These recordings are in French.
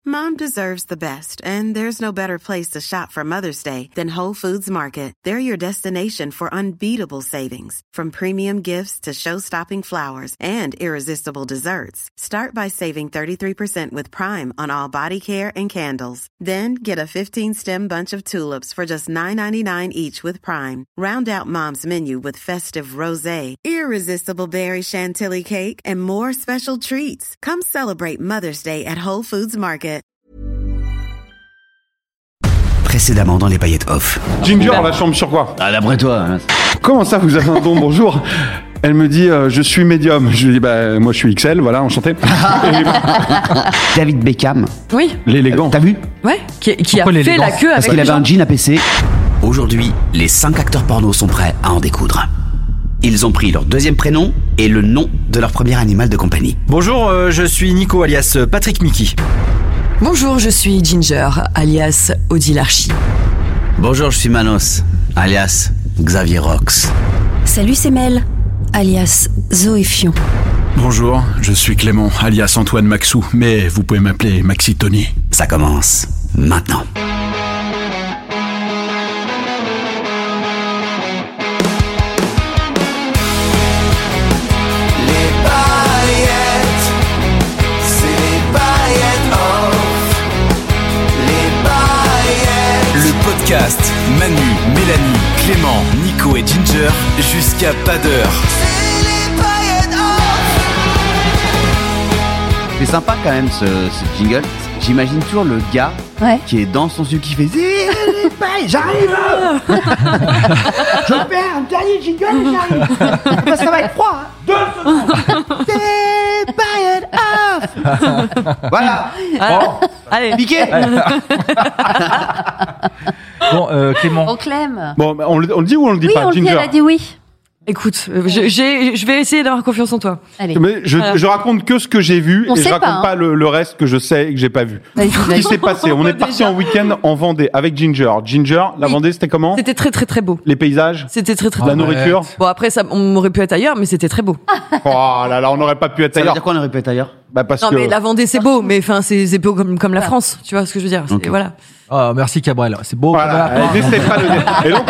Mom deserves the best, and there's no better place to shop for Mother's Day than Whole Foods Market. They're your destination for unbeatable savings, from premium gifts to show-stopping flowers and irresistible desserts. Start by saving 33% with Prime on all body care and candles. Then get a 15-stem bunch of tulips for just $9.99 each with Prime. Round out Mom's menu with festive rosé, irresistible berry chantilly cake, and more special treats. Come celebrate Mother's Day at Whole Foods Market. Précédemment dans les paillettes off. Ginger, la chambre sur quoi? Ah, d'après toi. Hein. Comment ça, vous avez un don? Bonjour. Elle me dit, je suis médium. Je lui dis, moi je suis XL, voilà, enchanté. David Beckham. Oui. L'élégant. T'as vu? Ouais. Qui a fait la queue Parce avec qu'il les avait gens. un jean APC. Aujourd'hui, les 5 acteurs porno sont prêts à en découdre. Ils ont pris leur deuxième prénom et le nom de leur premier animal de compagnie. Bonjour, je suis Nico alias Patrick Mickey. Bonjour, je suis Ginger, alias Odile Archie. Bonjour, je suis Manos, alias Xavier Rox. Salut, c'est Mel, alias Zoé Fion. Bonjour, je suis Clément, alias Antoine Maxou, mais vous pouvez m'appeler Maxi Tony. Ça commence maintenant. Podcast Manu, Mélanie, Clément, Nico et Ginger jusqu'à pas d'heure. C'est sympa quand même ce jingle. J'imagine toujours le gars qui est dans son studio qui fait j'arrive. Je fais un dernier jingle et j'arrive. Ça va être froid. 2 secondes. C'est paillettes off. Voilà. Allez, piqué. Bon, Clément. Oh, Clem. Bon, on le dit ou on le dit Oui, pas, on le dit, Ginger? elle a dit oui. écoute, je vais essayer d'avoir confiance en toi. Allez. Mais je raconte que ce que j'ai vu On et je sait raconte pas, pas le reste que je sais et que j'ai pas vu. Vas-y, Ce qui s'est passé, on est parti en week-end en Vendée avec Ginger. Ginger, la Oui. Vendée, c'était comment? C'était très très très beau. Les paysages? C'était très très La beau. nourriture? Bon après ça, on aurait pu être ailleurs, mais c'était très beau. Oh là là, on n'aurait pas pu être Ça veut ailleurs. dire quoi, on aurait pu être ailleurs? Bah parce Non que... mais la Vendée c'est beau, mais enfin c'est beau comme la France, tu vois ce que je veux dire. C'est- Ok. Voilà. Oh, merci Cabrel, c'est beau. Voilà, n'essaie pas de le dire. Et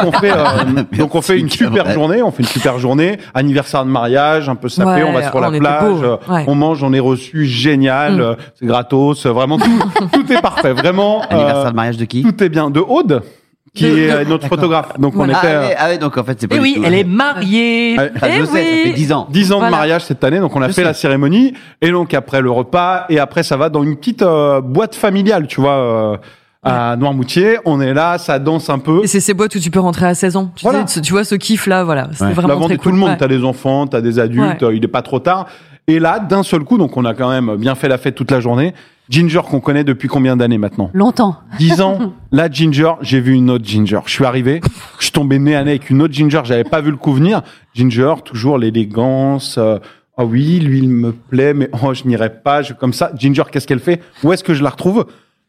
donc on fait une super journée, anniversaire de mariage, un peu sapé, Ouais, on va sur la on était plage, beau, ouais. on mange, on est reçu, génial, c'est gratos, vraiment tout est parfait, vraiment. Anniversaire de mariage de qui? Tout est bien. De Aude, qui est notre photographe. Donc Voilà. on était Ah ouais, donc en fait c'est pas Et du oui, tout. elle est mariée. Je sais, ça fait 10 ans. 10 ans de Voilà. mariage cette année, donc on a fait la cérémonie, et donc après le repas, et après ça va dans une petite boîte familiale, tu vois, à Noirmoutier, on est là, ça danse un peu. Et c'est ces boîtes où tu peux rentrer à 16 ans. Voilà. Tu vois ce kiff là, voilà. C'était Ouais. vraiment La très Vendée, cool. tout le monde, Ouais. t'as des enfants, t'as des adultes, il est pas trop tard. Et là, d'un seul coup, donc on a quand même bien fait la fête toute la journée. Ginger qu'on connaît depuis combien d'années maintenant? Longtemps. 10 ans. Là, Ginger, j'ai vu une autre Ginger. Je suis arrivé, je suis tombé nez à nez avec une autre Ginger, j'avais pas vu le coup venir. Ginger, toujours l'élégance. Ah oui, lui, il me plaît, mais oh, je n'irai pas, comme ça. Ginger, qu'est-ce qu'elle fait? Où est-ce que je la retrouve?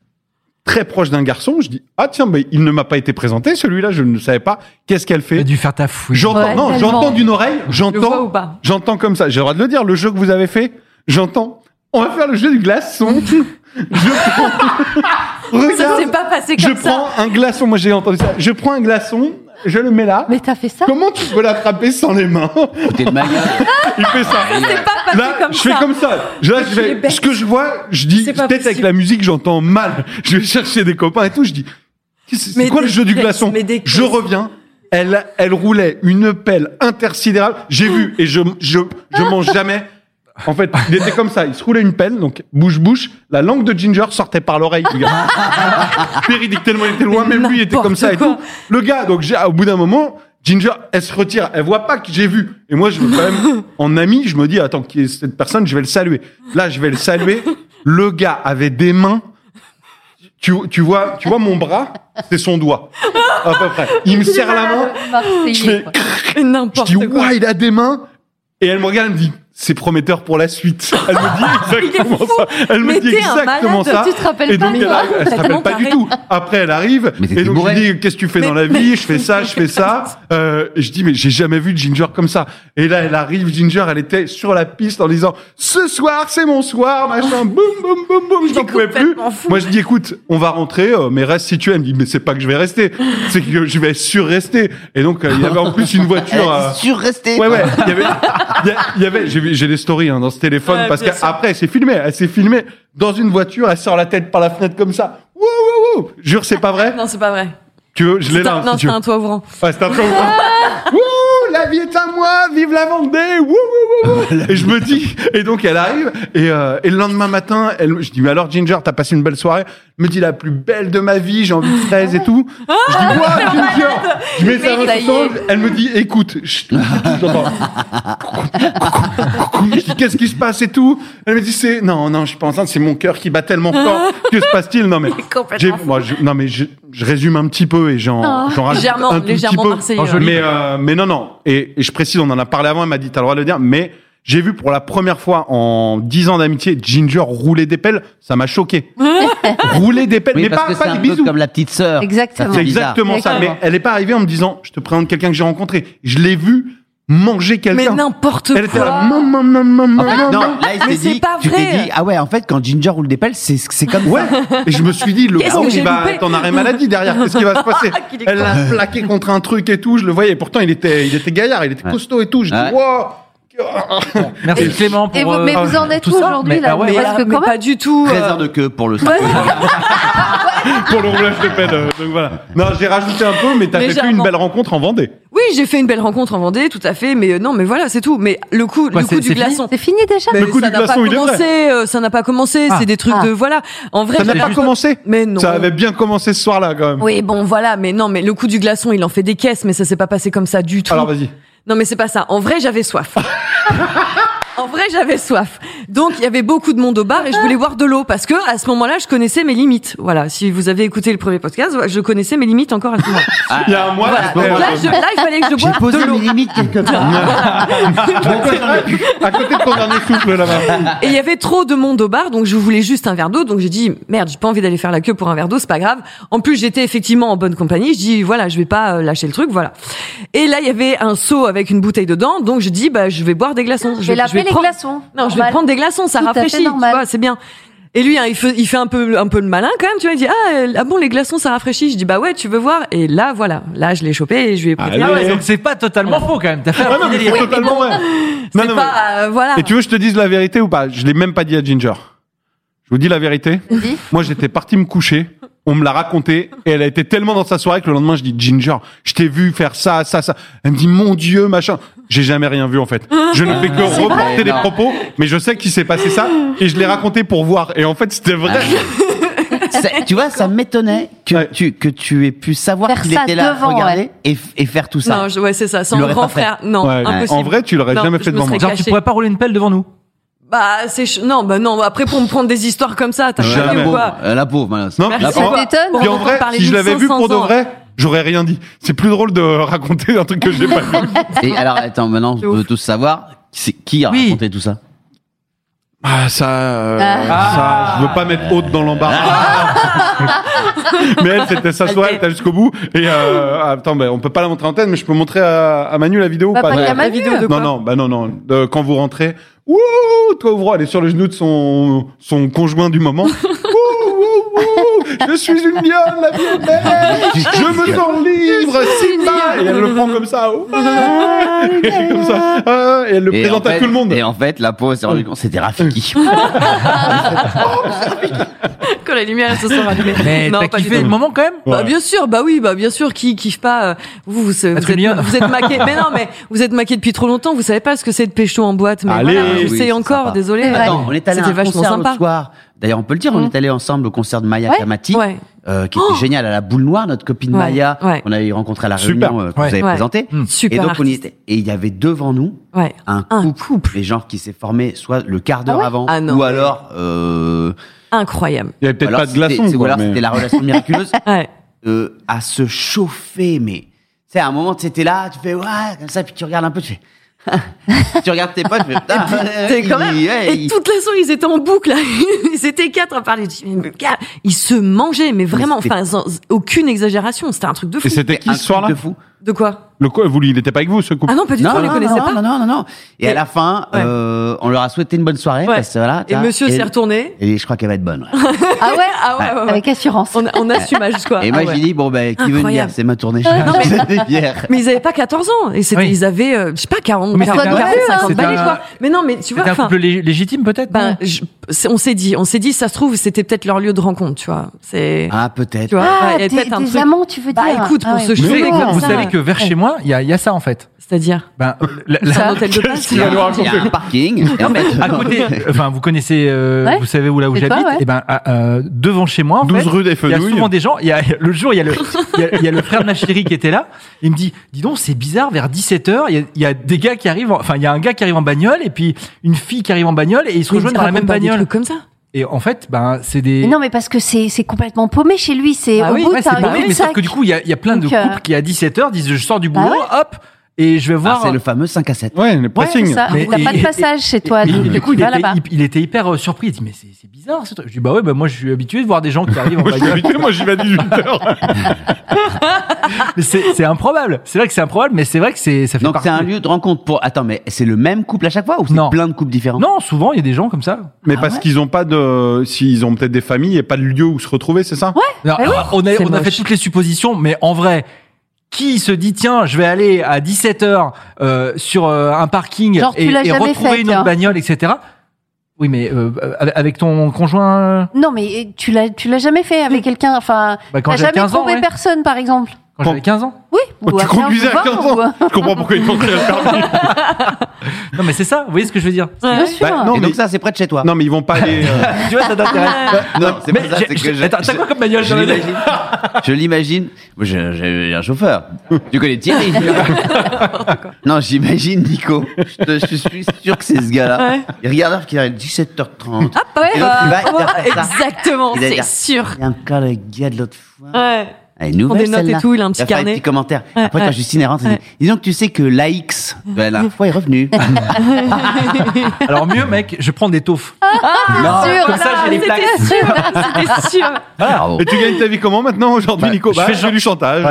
Très proche d'un garçon. Je dis, ah tiens, mais il ne m'a pas été présenté, celui-là, je ne savais pas. Qu'est-ce qu'elle Tu as fait? dû faire ta fouille. J'entends, Ouais, non, tellement. j'entends d'une oreille, Le vois ou pas? j'entends comme ça. J'ai le droit de le dire, le jeu que vous avez fait, j'entends. On va faire le jeu du glaçon. Je prends, Ça regarde, s'est pas passé je comme ça. prends un glaçon. Moi, j'ai entendu ça. Je prends un glaçon, je le mets là. Mais t'as fait ça? Comment tu peux l'attraper sans les mains? T'es de ma gueule. Il fait ça. Pas passé Là, comme je fais ça. comme ça. Là, je Tu es fais, bête. ce que je vois, je dis, C'est pas peut-être avec possible. la musique, j'entends mal. Je vais chercher des copains et tout, je dis, c'est Mais quoi le des jeu du caisses, glaçon? mais des Je caisses. reviens. Elle roulait une pelle intersidérale. J'ai vu, et je mange jamais. En fait, il était comme ça. Il se roulait une pelle, donc bouche. La langue de Ginger sortait par l'oreille. Le gars. Véridique, tellement il était loin, Mais même lui il était comme ça et n'importe tout. Le gars, donc au bout d'un moment, Ginger, elle se retire. Elle voit pas que j'ai vu. Et moi, je veux quand même, en ami, je me dis, attends, qui est cette personne? Je vais le saluer. Là, je vais le saluer. Le gars avait des mains. Tu vois mon bras, c'est son doigt. À peu près. Il me serre la main. Je fais, Et je n'importe dis, quoi. ouais, il a des mains. Et elle me regarde, elle me dit, c'est prometteur pour la suite. Elle me dit exactement ça. Elle me dit exactement ça. Tu te rappelles et donc, pas, elle se rappelle pas du tout. Après, elle arrive. Et donc, je lui dis, qu'est-ce que tu fais dans la vie? Je fais ça. Et je dis, mais j'ai jamais vu Ginger comme ça. Et là, elle arrive, Ginger, elle était sur la piste en disant, ce soir, c'est mon soir, machin, boum, boum, boum, boum. Je n'en pouvais plus. Moi, je dis, écoute, on va rentrer, mais reste si tu es. Elle me dit, mais c'est pas que je vais rester. C'est que je vais surrester. Et donc, il y avait en plus une voiture. Surrester. Ouais. Il y avait, j'ai des stories dans ce téléphone parce qu'après, elle s'est filmée dans une voiture, elle sort la tête par la fenêtre comme ça. Wouh. Jure, c'est pas vrai? Non, c'est pas vrai. Tu veux, je l'ai là. Non, c'est un toit ouvrant. Ouais, c'est un toit ouvrant. Wouh, la vie est à moi, vive la Vendée. Wouh. Et je me dis, et donc elle arrive, et le lendemain matin, je dis, mais alors Ginger, t'as passé une belle soirée? Elle me dit, la plus belle de ma vie, j'ai envie de fraises et tout. Je dis, what, Ginger? Je mets ça ensemble, elle me dit, écoute, j'entends. Je dis, qu'est-ce qui se passe et tout? Elle me dit, non, je suis pas enceinte, c'est mon cœur qui bat tellement fort. Que se passe-t-il? Non, mais, je résume un petit peu et j'en rajoute un tout petit peu. Marseillais. Mais non. Et je précise, on en a parlé avant, elle m'a dit, t'as le droit de le dire, mais j'ai vu pour la première fois en 10 ans d'amitié Ginger rouler des pelles, ça m'a choqué. Rouler des pelles, mais pas des bisous. Comme la petite sœur. Exactement. C'est exactement ça. Mais elle est pas arrivée en me disant, je te présente quelqu'un que j'ai rencontré. Je l'ai vu manger quelqu'un. Mais n'importe quoi. Elle était là, Non, là, Mais c'est pas tu t'es vrai. dit, ah ouais, en fait, quand Ginger roule des pelles, c'est comme ouais. Et je me suis dit, le Qu'est-ce gros, que j'ai il va loupé être en arrêt maladie derrière. Qu'est-ce qui va se passer? Elle l'a plaqué contre un truc et tout. Je le voyais. Et pourtant, il était gaillard. Il était costaud et tout. Je dis, wow. Merci Clément pour mais vous en êtes tout où ça. aujourd'hui là? Mais Parce que quand pas du tout. 13 heures de queue pour le Pour le roulage de pelle. Donc voilà. Non, j'ai rajouté un peu, mais t'as fait plus une belle rencontre en Vendée. Oui, j'ai fait une belle rencontre en Vendée, tout à fait. Mais non, mais voilà, c'est tout. Mais le coup du glaçon. C'est fini déjà? Mais le coup ça du n'a pas glaçon, il est vrai. commencé. Ça n'a pas commencé. C'est des trucs de voilà. En vrai, Ça n'a pas commencé. Mais non. Ça avait bien commencé ce soir-là, quand même. Oui, bon, voilà. Mais non, mais le coup du glaçon, il en fait des caisses, mais ça s'est pas passé comme ça du tout. Alors vas-y. Non, mais c'est pas ça. En vrai, j'avais soif. Donc, il y avait beaucoup de monde au bar et je voulais boire de l'eau parce que, à ce moment-là, je connaissais mes limites. Voilà. Si vous avez écouté le premier podcast, je connaissais mes limites encore à ce moment-là. Il y a un mois. Voilà. Donc là, il fallait que je boive de posé l'eau. mes limites quelque part. À côté de ton dernier souffle, là-bas. Et il y avait trop de monde au bar, donc je voulais juste un verre d'eau. Donc j'ai dit, merde, j'ai pas envie d'aller faire la queue pour un verre d'eau, c'est pas grave. En plus, j'étais effectivement en bonne compagnie. Je dis, voilà, je vais pas lâcher le truc, voilà. Et là, il y avait un seau avec une bouteille dedans, donc je dis, je vais boire des glaçons. Je vais l'appeler les glaçons. Non, je vais prendre des glaçons, ça rafraîchit, tu vois, c'est bien. Et lui, il fait un peu le malin quand même, tu vois, il dit, ah bon, les glaçons, ça rafraîchit. Je dis, bah ouais, tu veux voir? Et là, voilà. Là, je l'ai chopé et je lui ai pris. Donc c'est pas totalement faux quand même. T'as fait un petit délire. C'est totalement vrai. C'est pas, voilà. Et tu veux que je te dise la vérité ou pas? Je l'ai même pas dit à Ginger. Je vous dis la vérité. Moi, j'étais parti me coucher. On me l'a raconté et elle a été tellement dans sa soirée que le lendemain, je dis, Ginger, je t'ai vu faire ça. Elle me dit, mon Dieu, machin. J'ai jamais rien vu, en fait. Je ne fais que reporter des propos, mais je sais qu'il s'est passé ça et je l'ai raconté pour voir. Et en fait, c'était vrai. Tu vois, ça m'étonnait que tu aies pu savoir qu'il était là, regarder et faire tout ça. Non, c'est ça. Sans grand frère. Non, impossible. En vrai, tu l'aurais jamais fait devant moi. Genre, tu pourrais pas rouler une pelle devant nous? Non. Après, pour me prendre des histoires comme ça, t'as jamais ou quoi? La pauvre, malade. Non, ça t'étonne. Puis en vrai, si je l'avais vu pour de vrai, j'aurais rien dit. C'est plus drôle de raconter un truc que j'ai pas vu. Et alors, attends, maintenant, on veut tous savoir qui a raconté tout ça. Ça, je veux pas mettre haute dans l'embarras. Mais elle, c'était sa soirée, elle était jusqu'au bout. Et attends, on peut pas la montrer en tête, mais je peux montrer à Manu la vidéo ou pas? La vidéo de quoi? Non. Quand vous rentrez, toi ouvre, elle est sur le genou de son conjoint du moment. Je suis une lionne, la vie est belle. Je me sens libre, Simba. Et elle le prend comme ça. Et elle le présente à tout le monde. Et en fait, la peau s'est rendue compte, c'était Rafiki. Quand la lumière se sont rallumée. Mais t'as kiffé le moment quand même? Bah bien sûr, bien sûr, qui kiffe pas. Vous êtes maqué. Mais non, mais vous êtes maqué depuis trop longtemps. Vous savez pas ce que c'est de pécho en boîte. Mais allez, voilà, j'essaye encore. Désolé. Attends, on est allé à un concert sympa. le soir. D'ailleurs, on peut le dire, on est allé ensemble au concert de Maya Kamati, qui était génial à la Boule Noire, notre copine Maya, qu'on avait rencontrée à la réunion que vous avez présentée. Super. Et donc et il y avait devant nous un couple, les gens qui s'est formé soit le quart d'heure avant, ou alors incroyable. Il y avait peut-être pas de glaçons. C'était la relation miraculeuse. À se chauffer, mais tu sais, à un moment, tu étais là, tu fais comme ça, puis tu regardes un peu, tu fais. Tu regardes tes potes, mais putain. Et toute la soirée, ils étaient en boucle, là. Ils étaient 4 à parler. Je dis, mais gars, ils se mangeaient, mais vraiment, enfin, sans aucune exagération. C'était un truc de fou. Et c'était qui ce soir-là? De quoi? Il n'était pas avec vous, ce couple? Ah non, pas du tout, on les connaissait pas. Non. Et à la fin, on leur a souhaité une bonne soirée. Parce que, voilà, et monsieur s'est retourné. Et je crois qu'elle va être bonne. Ouais. Ah ouais. Avec assurance. On assumage, quoi. Et moi, j'ai dit, bon, ben, qui veut une bière? C'est ma tournée. Des bières. Mais ils avaient pas 14 ans. Et ils avaient, je sais pas, 40, 50 balais, quoi. Mais non, mais tu vois. C'était un couple légitime, peut-être? On s'est dit, ça se trouve, c'était peut-être leur lieu de rencontre, tu vois. Ah, peut-être. Tu vois. Des amants, tu veux dire? Bah, écoute, pour ce show. Vous savez que vers chez moi, il y a ça, en fait. C'est-à-dire? C'est un hôtel de place. Il y a un parking. À côté, enfin, vous connaissez, vous savez où j'habite? Et devant chez moi, en 12 fait, rue des Fenouilles. Il y a souvent des gens. Le jour, il y a le frère de ma chérie qui était là. Il me dit, dis donc, c'est bizarre, vers 17h, il y a des gars qui arrivent, enfin, il y a un gars qui arrive en bagnole et puis une fille qui arrive en bagnole et ils se rejoignent dans la même bagnole. Des trucs comme ça. Et en fait, c'est des. Mais non, mais parce que c'est complètement paumé chez lui. C'est au bout, t'as un mais sauf que du coup, il y a plein de couples qui à 17h disent, je sors du boulot, hop. Et je vais voir. C'est le fameux 5 à 7. Ouais, le pressing. C'est ça. T'as pas de passage chez toi. Du coup, il était hyper surpris. Il dit, mais c'est bizarre, ce truc. Je dis, bah ouais, moi, je suis habitué de voir des gens qui arrivent en bagnole. Moi, j'y vais à 18h. Mais c'est improbable. C'est vrai que c'est improbable, mais c'est vrai que ça fait Donc, partie. c'est un lieu de rencontre pour. Attends, mais c'est le même couple à chaque fois ou c'est plein de couples différents? Non, souvent, il y a des gens comme ça. Mais parce qu'ils ont pas s'ils ont peut-être des familles et pas de lieu où se retrouver, c'est ça? Ouais. On a fait toutes les suppositions, mais en vrai, qui se dit tiens je vais aller à 17h sur un parking et retrouver une autre bagnole, etc. Oui, mais avec ton conjoint. Non, mais tu l'as jamais fait avec quelqu'un. Enfin, t'as jamais trouvé personne, par exemple. Quand j'avais 15 ans. Oui. Tu conduisais à 15 ans. Je comprends pourquoi ils t'ont créé le permis. Non, mais c'est ça. Vous voyez ce que je veux dire? Bien sûr. Et donc ça, c'est près de chez toi. Non, mais ils vont pas aller. Tu vois, ça t'intéresse. Non, c'est pas ça. C'est que Attends, t'as quoi comme bagnole? Je l'imagine. J'ai un chauffeur. Tu connais Thierry? Non, j'imagine Nico. Je suis sûr que c'est ce gars-là. Il regarde l'heure qu'il arrive 17h30. Ah ouais. Et exactement, c'est sûr. Il y a encore le gars de l'autre fois. Ouais. Une nouvelle, des notes et tout, il a un petit carnet. Un petit commentaire. Après, quand Justine est rentrée, dis donc, tu sais que l'AX de la dernière fois est revenu. Alors mieux, mec, je prends des taufs. Non, sûr, comme ça, j'ai les plaques. C'était sûr. Et tu gagnes ta vie comment maintenant aujourd'hui, Nico? Je fais du chantage.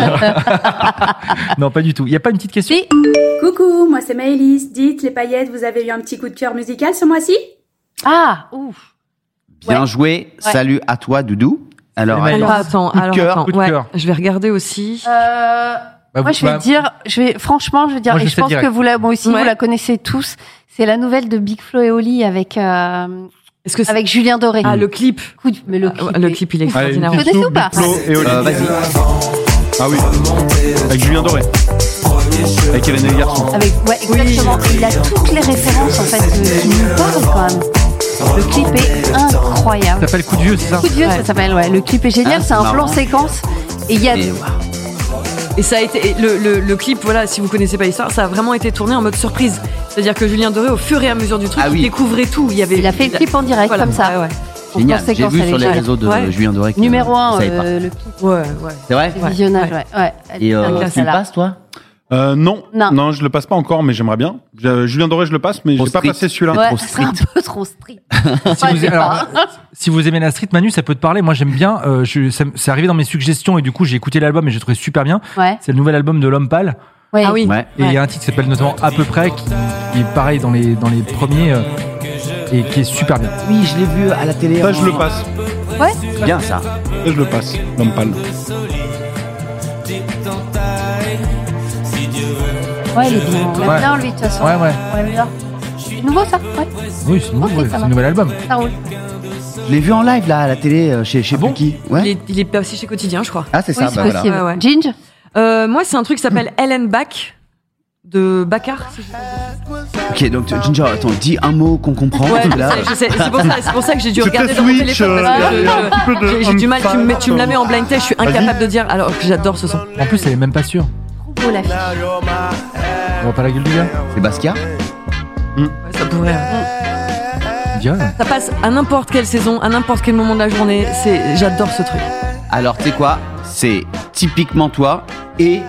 Non, pas du tout. Il y a pas une petite question? Oui. Coucou, moi c'est Maëlys. Dites, les paillettes, vous avez eu un petit coup de cœur musical ce mois-ci? Ah, ouf. Bien joué. Salut à toi, Doudou. Alors attends. Coup de cœur. Je vais regarder aussi. Moi, je vais dire, franchement, je pense que vous la connaissez tous. C'est la nouvelle de Big Flo et Oli avec Julien Doré. Ah, le clip. Le clip, il est extraordinaire. Vous connaissez ou pas? vas-y. Ah oui. Avec Julien Doré. Avec Hélène et les garçons. Exactement. Il a toutes les références, en fait, qui nous parlent quand même. Le clip est incroyable. Ça s'appelle Coup de vieux, c'est ça? Coup de vieux, ça s'appelle, ouais. Le clip est génial, c'est un plan séquence. Et il y a. Et ça a été le clip, voilà, si vous connaissez pas l'histoire, ça a vraiment été tourné en mode surprise. C'est-à-dire que Julien Doré, au fur et à mesure du truc, il découvrait tout. Il a fait le clip en direct, comme ça. Ouais. Génial. J'ai vu sur les réseaux de Julien Doré. Numéro 1, le clip. Ouais. C'est vrai? Visionnage, ouais. Et tu le passes, toi? Non, je le passe pas encore, mais j'aimerais bien. Julien Doré, je le passe, mais j'ai pas passé celui-là. Ouais, c'est un peu trop street. Si vous aimez la street, Manu, ça peut te parler. Moi, j'aime bien. C'est arrivé dans mes suggestions et du coup, j'ai écouté l'album et j'ai trouvé super bien. Ouais. C'est le nouvel album de L'Homme Pâle. Ouais. Ah oui. Ouais. Et il y a un titre qui s'appelle notamment À peu près, qui est pareil dans les premiers et qui est super bien. Oui, je l'ai vu à la télé. Ça, je le passe. Ouais. C'est bien ça. Ça, je le passe. L'Homme Pâle. Ouais, il est bien. On l'aime bien, lui, de toute façon. Ouais. On l'aime bien. C'est nouveau, ça? Ouais. Oui, c'est nouveau, c'est un nouvel album. Ça roule. Je l'ai vu en live, là, à la télé, chez qui. Ouais. Il est passé chez Quotidien, je crois. Ah, c'est ça, Oui, c'est possible. Ouais. Ginge? Moi, c'est un truc qui s'appelle Ellen Bach de Baccar. Ok, donc Ginger, attends, dis un mot qu'on comprend. Ouais, je sais. C'est pour ça que j'ai dû regarder dans mon téléphone parce que j'ai du mal. Tu me la mets en blind test, je suis incapable de dire. Alors que j'adore ce son. En plus, elle est même pas sûre. Oh, la fille. On voit pas la gueule du gars? C'est Basquiat? Ça pourrait. Ça passe à n'importe quelle saison, à n'importe quel moment de la journée. J'adore ce truc. Alors, tu sais quoi? C'est typiquement toi et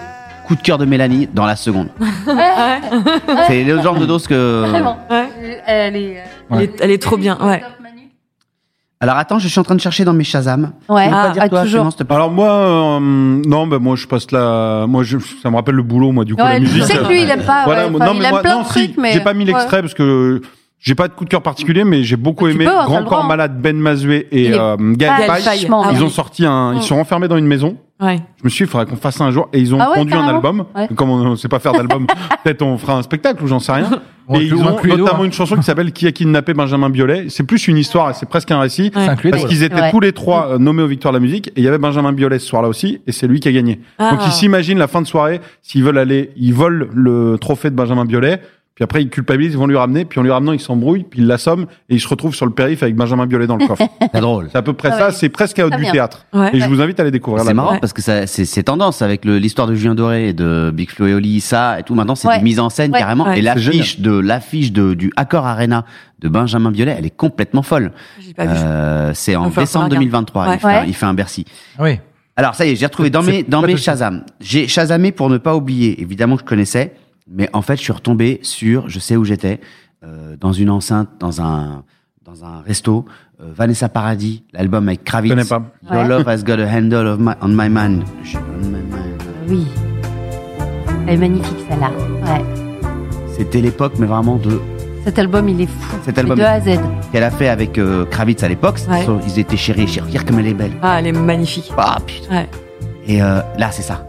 coup de cœur de Mélanie dans la seconde. C'est le genre de dose que... Vraiment. Elle est trop bien, ouais. Alors attends, je suis en train de chercher dans mes Shazam. Ouais, toujours. Alors moi, non, moi je passe ça me rappelle le boulot, moi, du coup, la musique. Je sais que lui, il aime pas. Voilà, il aime plein de trucs, mais... J'ai pas mis l'extrait parce que j'ai pas de coup de cœur particulier, mais j'ai beaucoup aimé Grand Corps Malade, Ben Mazoué et Gaël Faye. Ils ont sorti ils sont enfermés dans une maison. Ouais. Je me suis dit, il faudrait qu'on fasse ça un jour. Et ils ont pondu un album. Ouais. Comme on ne sait pas faire d'album, peut-être on fera un spectacle ou j'en sais rien. Et ils ont notamment une chanson qui s'appelle Qui a kidnappé Benjamin Biolay. C'est plus une histoire, c'est presque un récit. Ouais. Parce qu'ils étaient tous les trois nommés aux Victoires de la musique. Et il y avait Benjamin Biolay ce soir-là aussi. Et c'est lui qui a gagné. Donc ils s'imaginent la fin de soirée. S'ils veulent ils volent le trophée de Benjamin Biolay. Puis après, ils culpabilisent, ils vont lui ramener. Puis en lui ramenant, ils s'embrouillent. Puis ils l'assomment. Et ils se retrouvent sur le périph' avec Benjamin Biolay dans le coffre. C'est drôle. C'est à peu près ça. C'est presque du théâtre. Ouais. Et je vous invite à aller découvrir. C'est marrant parce que c'est tendance avec l'histoire de Julien Doré et de Big Flo et Oli, ça et tout. Maintenant, c'est des mises en scène carrément. Ouais. Et l'affiche du Accor Arena de Benjamin Biolay, elle est complètement folle. J'ai pas vu. C'est en décembre 2023. Il fait un Bercy. Oui. Alors ça y est, j'ai retrouvé dans mes Shazam. J'ai Shazamé pour ne pas oublier. Évidemment que je connaissais. Mais en fait, je suis retombé sur, je sais où j'étais, dans une enceinte, dans un resto, Vanessa Paradis, l'album avec Kravitz. Je connais pas. Your Love Has Got a Handle on my mind. Oui. Elle est magnifique, celle-là. Ouais. C'était l'époque, mais vraiment de... Cet album, il est fou. Cet album de A à Z. Qu'elle a fait avec Kravitz à l'époque. Ouais. Ils étaient chéris, regarde comme elle est belle. Ah, elle est magnifique. Ah, putain. Ouais. Et là, c'est ça.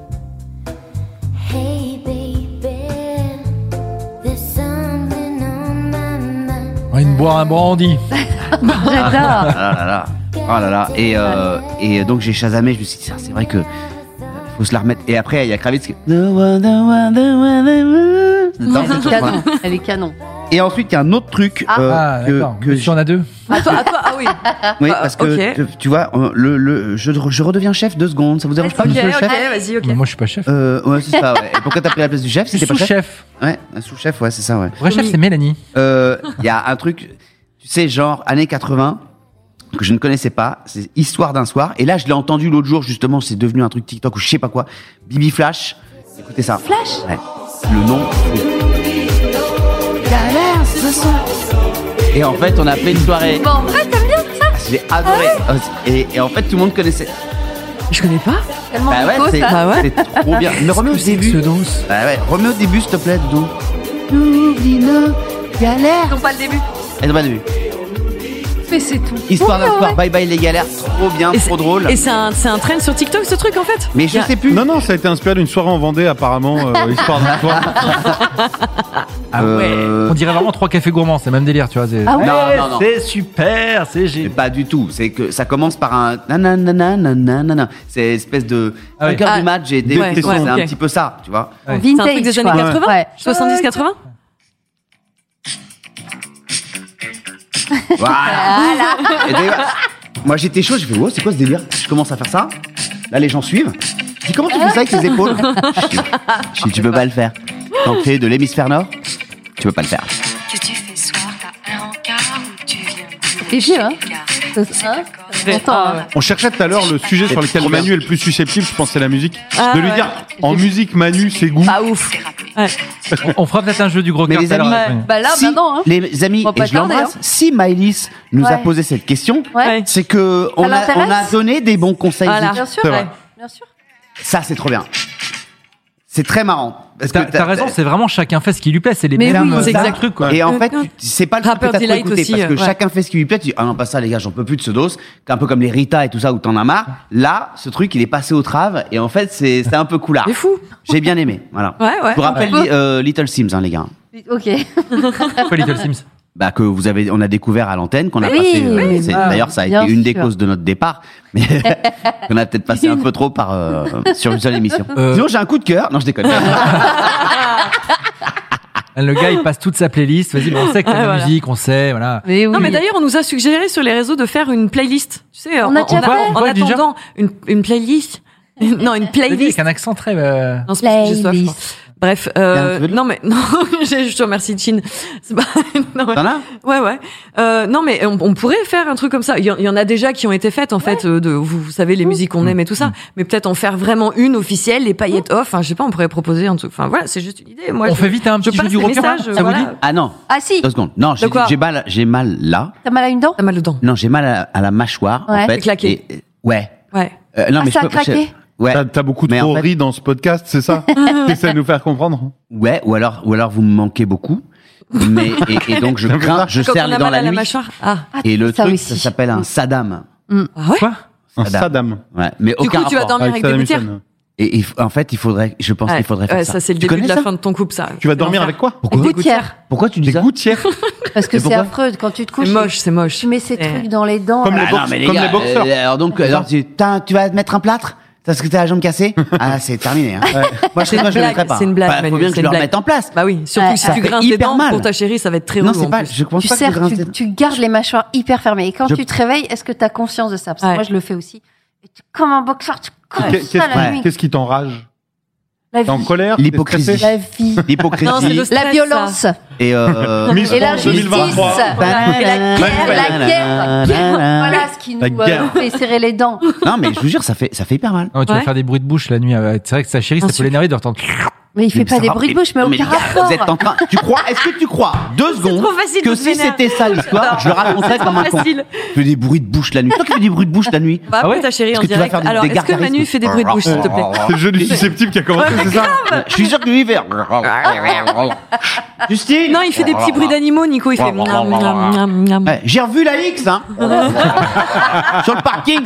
Une boire un brandy. J'adore. Oh là là. Et donc j'ai Shazamé, je me suis dit, c'est vrai que faut se la remettre. Et après, il y a Kravitz qui... Elle est canon. Et ensuite, il y a un autre truc que si on a deux. À toi, ah oui. Oui, parce que tu vois, je redeviens chef 2 secondes. Ça vous dérange pas, monsieur le chef? Vas-y, ok. Mais moi, je suis pas chef. Ouais, c'est ça. Ouais. Et pourquoi t'as pris la place du chef? C'était pas sous-chef. Ouais, un sous-chef, ouais, c'est ça, ouais. Vrai chef, c'est Mélanie. Il y a un truc, tu sais, genre années 80 que je ne connaissais pas. C'est Histoire d'un soir. Et là, je l'ai entendu l'autre jour, justement. C'est devenu un truc TikTok ou je sais pas quoi. Bibi Flash. Écoutez ça. Flash. Ouais. Le nom. Et en fait, on a fait une soirée. Bon, en vrai, t'aimes bien ça? J'ai adoré. Ah ouais. Et en fait, tout le monde connaissait. Je connais pas. Tellement c'est trop bien. Mais remets au début. Bah ouais, remets au début, s'il te plaît, Doudou. N'oublie nos galères. Ils n'ont pas le début. Ils n'ont pas le début. Mais c'est tout. Histoire d'un soir, bye bye les galères, trop bien, trop drôle. Et c'est un trend sur TikTok ce truc en fait. Mais je sais plus. Non, ça a été inspiré d'une soirée en Vendée apparemment, Histoire d'un soir. Ah ouais. On dirait vraiment 3 cafés gourmands, c'est le même délire, tu vois. Ah ouais. Non. C'est super, c'est génial. Pas du tout, c'est que ça commence par un nanana. C'est espèce de 5 heures du match, j'ai des c'est un petit peu ça, tu vois. Ouais. C'est un truc des années 80, 70-80. Voilà. Moi j'étais chaud, j'ai fait c'est quoi ce délire? Je commence à faire ça. Là les gens suivent. Je dis comment tu fais ça avec les épaules? Je dis tu peux pas le faire. Quand tu fais de l'hémisphère nord, tu peux pas le faire. Que tu fais soir, t'as un encart ou tu viens? C'est chiant, hein? On cherchait tout à l'heure le sujet sur lequel Manu est le plus susceptible, je pense c'est la musique. De lui dire en musique Manu c'est goût. Pas ouf. Ouais. On fera peut-être un jeu du gros cœur. Bah là, maintenant, hein. Les amis, et je l'embrasse, si Maëlys nous a posé cette question, c'est que on a donné des bons conseils. Voilà. Bien sûr, bien sûr. Ça, c'est trop bien. C'est très marrant. Parce que t'as raison, c'est vraiment chacun fait ce qui lui plaît. C'est les mêmes trucs, quoi. Et en fait, c'est pas le truc que t'as trop écouté. Aussi, parce que chacun fait ce qui lui plaît. Tu dis, ah non, pas ça, les gars, j'en peux plus de ce dos. Un peu comme les Rita et tout ça, où t'en as marre. Là, ce truc, il est passé au trave. Et en fait, c'est un peu coolard. C'est fou. J'ai bien aimé. Voilà. Ouais. Je vous rappelle Little Sims, les gars. Ok. Quoi, Little Sims? Bah que on a découvert à l'antenne, qu'on a passé. D'ailleurs, ça a été une des causes de notre départ, mais qu'on a peut-être passé un peu trop sur une seule émission. Sinon, j'ai un coup de cœur. Non, je déconne. Le gars, il passe toute sa playlist. Vas-y, on sait que t'as la musique, on sait, voilà. Mais oui. Non, mais d'ailleurs, on nous a suggéré sur les réseaux de faire une playlist. Tu sais, en attendant une playlist. Non, une playlist. Avec un accent très. Non, playlist. Bref, non mais non, je te remercie Chin. C'est pas non, T'en as? Ouais. Non mais on pourrait faire un truc comme ça. Il y en a déjà qui ont été faites en fait vous savez les musiques qu'on aime et tout ça, mais peut-être en faire vraiment une officielle, les paillettes off, enfin je sais pas, on pourrait proposer un truc. Enfin voilà, c'est juste une idée. Moi on fait vite un petit jeu du rocker. Ça vous dit? Ah non. Ah si. 2 secondes. Non, j'ai mal là. T'as mal à une dent? T'as mal aux dents. Non, j'ai mal à la mâchoire en fait. Claqué. Ouais. Non mais ça a craqué. Ouais. T'as beaucoup trop ri dans ce podcast, c'est ça? T'essaies de nous faire comprendre? Ouais, ou alors vous me manquez beaucoup. Mais, et donc je serre les dents la nuit. Et le truc, ça s'appelle un Saddam. Ah ouais? Quoi? Un Saddam. Ouais, mais aucun rapport. Du coup, tu vas dormir avec des gouttières? Et en fait, je pense qu'il faudrait faire ça. Ça, c'est le début de la fin de ton couple, ça. Tu vas dormir avec quoi? Des gouttières. Pourquoi tu dis ça? Des gouttières? Parce que c'est affreux quand tu te couches. C'est moche. Tu mets ces trucs dans les dents. Comme les boxeurs. Alors tu vas te mettre un plâtre? Parce que t'as la jambe cassée? Ah, c'est terminé, hein. Moi, je ne mettrai pas. C'est une blague. Faut bien que je le remette en place. Bah oui. Surtout si tu grinces tes dents pour ta chérie, ça va être très relou. Non, c'est pas, je pense pas que tu gardes les mâchoires hyper fermées. Et quand tu te réveilles, est-ce que t'as conscience de ça? Parce que moi, je le fais aussi. Et comme un boxeur, tu comme ça la nuit. Qu'est-ce qui t'enrage? La vie. T'es en colère? L'hypocrisie. La vie. L'hypocrisie. La violence. Et l'injustice. La guerre. Voilà ce qui nous fait serrer les dents. Non, mais je vous jure, ça fait hyper mal. Non, tu vas faire des bruits de bouche la nuit. C'est vrai que sa chérie, ça peut l'énerver de entendre. Mais il fait pas des bruits de bouche, mais aucun rapport. Vous êtes en train. Est-ce que tu crois 2 secondes que si c'était ça l'histoire, je le raconterais comme un con? Tu fais des bruits de bouche la nuit. Toi qui fais des bruits de bouche la nuit. Bah ouais, ta chérie en direct. Alors, est-ce que Manu fait des bruits de bouche, s'il te plaît? C'est le jeu du susceptible qui a commencé, c'est ça? Je suis sûr que lui, il fait. Justine. Non, il fait des petits bruits d'animaux, Nico. Il fait. J'ai revu la X, hein. Sur le parking.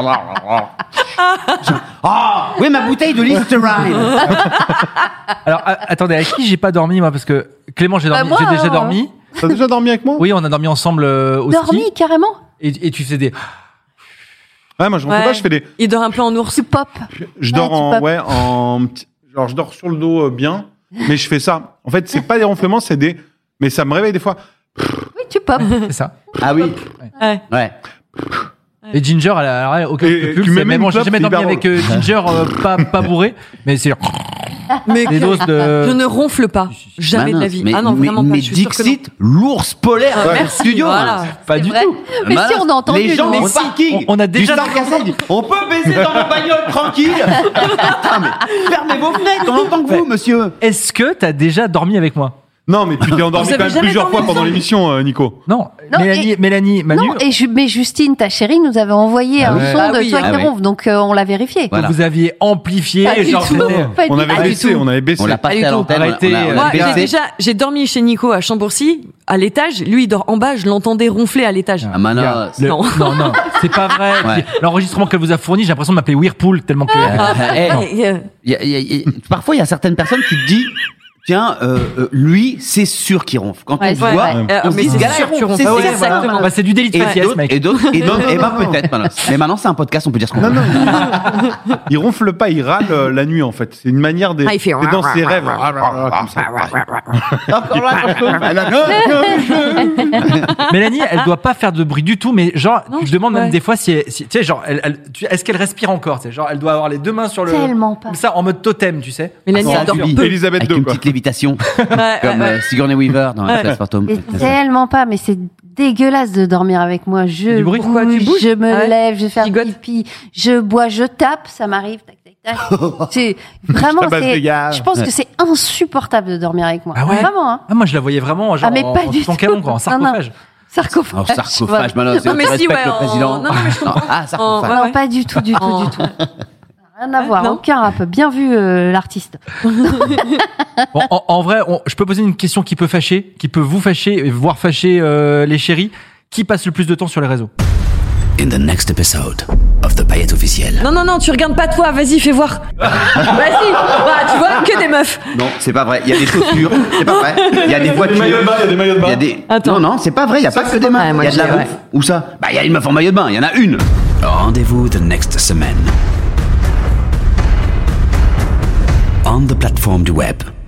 Ah, oui, ma bouteille de Listerine. Alors, attendez, avec qui j'ai pas dormi, moi? Parce que Clément, j'ai déjà dormi. T'as déjà dormi avec moi? Oui, on a dormi ensemble au ski. Dormi, carrément? Et tu faisais des... Ouais, moi, je rentre pas, je fais des... Il dort un peu en ours. Tu pop. Je dors genre, je dors sur le dos bien, mais je fais ça. En fait, c'est pas des ronflements, c'est des... Mais ça me réveille des fois. Oui, tu pop. C'est ça. Ah oui. Ouais. Et Ginger, elle a aucun scrupule. J'ai jamais dormi avec Ginger pas bourré, mais c'est... Mais des doses de... Je ne ronfle pas. Jamais de la vie. Mais, non, vraiment pas. Mais Dixit, l'ours polaire dans le studio. Voilà. Pas du tout. Mais si, on a entendu. Les gens au parking. On a déjà... On peut baiser dans nos bagnoles tranquille. Putain, mais fermez vos fenêtres, on entend que vous, monsieur. Est-ce que t'as déjà dormi avec moi? Non, mais tu t'es endormi quand même plusieurs fois pendant l'émission, Nico. Non, Mélanie, Manu. Non, mais Justine, ta chérie, nous avait envoyé un son de toi qui ronfle, donc on l'a vérifié. Voilà. Vous aviez amplifié, on avait baissé. On l'a passé à l'antenne. Moi, j'ai dormi chez Nico à Chambourcy, à l'étage. Lui, il dort en bas, je l'entendais ronfler à l'étage. Ah, Manos. Non, c'est pas vrai. L'enregistrement qu'elle vous a fourni, j'ai l'impression de m'appeler Whirlpool tellement que... Parfois, il y a certaines personnes qui te disent... Tiens, lui, c'est sûr qu'il ronfle. Quand on te voit, on se dit, c'est sûr qu'il ronfle. C'est exactement. C'est du délit de faciès, mec. Et d'autres, peut-être, Manos. Mais maintenant, c'est un podcast, on peut dire ce qu'on veut. Non, il ronfle pas, il râle la nuit, en fait. C'est une manière de... C'est dans ses rêves. Mélanie, elle doit pas faire de bruit du tout, mais genre, je demande même des fois si tu sais, genre, est-ce qu'elle respire encore, tu sais, genre, elle doit avoir les 2 mains sur le... Tellement pas. Comme ça, en mode totem, tu sais. Mélanie, elle dort peu. Elisabeth avec une petite lévitation, comme Sigourney Weaver dans la classe fantôme. Tellement pas, mais c'est dégueulasse de dormir avec moi. Je bouge, je me lève, je fais pipi, je bois, je tape, ça m'arrive. Tac. C'est vraiment, je pense que c'est insupportable de dormir avec moi. Ah ouais. Vraiment. Hein. Ah, moi, je la voyais vraiment genre mais pas du tout. En sarcophage. Sarcophage. Sarcophage, Manos. Non, mais si, le président. sarcophage. Non, pas du tout. Rien à voir, aucun rap. Bien vu l'artiste. Bon, en vrai, je peux poser une question qui peut fâcher, qui peut vous fâcher, voire fâcher les chéris. Qui passe le plus de temps sur les réseaux? In the next episode of The Paillette Officielle. Non, tu regardes pas toi, vas-y, fais voir. Vas-y, tu vois, que des meufs. Non, c'est pas vrai, il y a des chaussures, c'est pas vrai. Il y a des voitures. Il y a des maillots de bain. Attends. Non, c'est pas vrai, il y a pas que des meufs. Il y a de la bouffe. Où ça? Bah, il y a une meuf en maillot de bain, il y en a une. Rendez-vous the next semaine. On the platform du web.